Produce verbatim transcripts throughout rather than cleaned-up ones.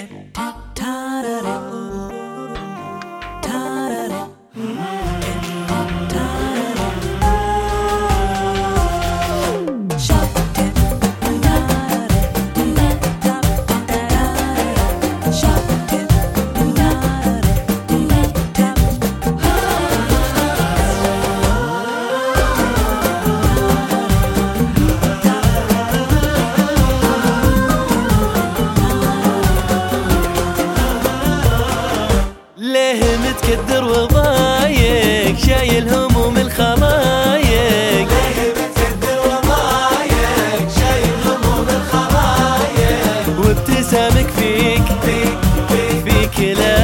ليه متكدر وضايق شايل هموم الخلايق؟ ليه متكدر وضايق شايل هموم الخلايق؟ وابتسامك فيك فيك فيك فيك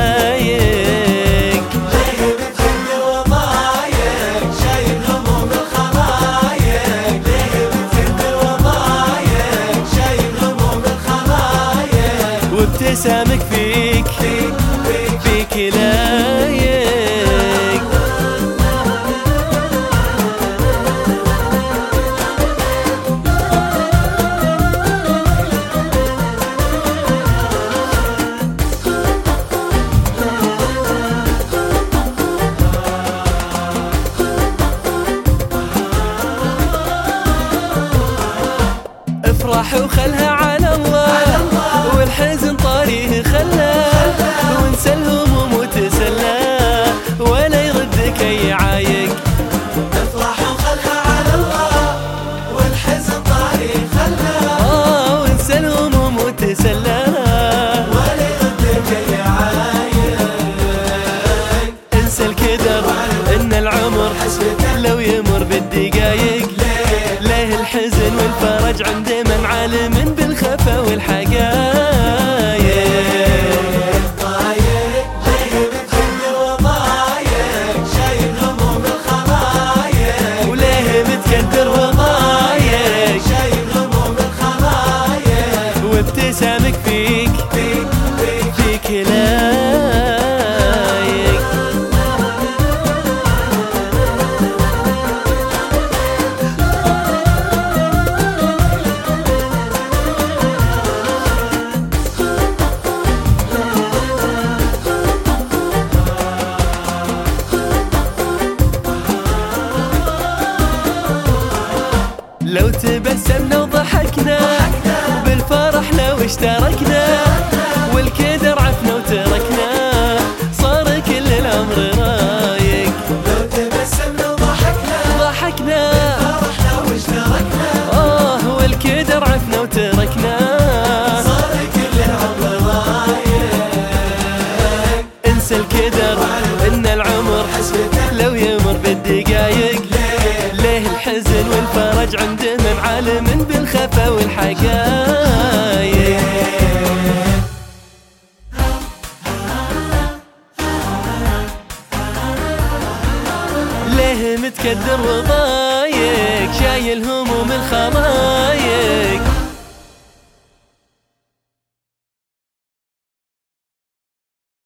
لايق. ليه متكدر وضايق شايل هموم الخلايق؟ ليه متكدر وضايق شايل هموم الخلايق؟ وابتسامك فيك فيك فيك لايق. افرح وخلها على الله، والحزن طاريه خلاه، وانسى الهموم وتسلى ولا يردك اي عايق. افرح وخلها على الله، والحزن طاريه خلاه، اه وانسى الهموم وتسلى ولا يردك اي عايق. انسى الكدر ان العمر لو يمر بالدقايق. ليه الحزن والفرج عند من عالم بالخفا والحقايق. طايق ليه متكدر وضايق شايل هموم الخلايق؟ وليه متكدر وضايق شايل هموم الخلايق؟ وابتسامك فيك فيك فيك فيك لايق. لو تبسمنا وضحكنا وبالفرح لو اشتركنا، والكدر عفنا وتركنا صار كل الامر رايق. لو تبسمنا وضحكنا ضحكنا فرح لو اشتركنا، اه والكدر عفنا وتركنا صار كل العمر رايق. انسى الكدر ان العمر لو يمر بالدقايق. ليه الحزن والفرج عند من عالم بالخفا والحقايق. ليه متكدر وضايق شايل هموم الخلايق؟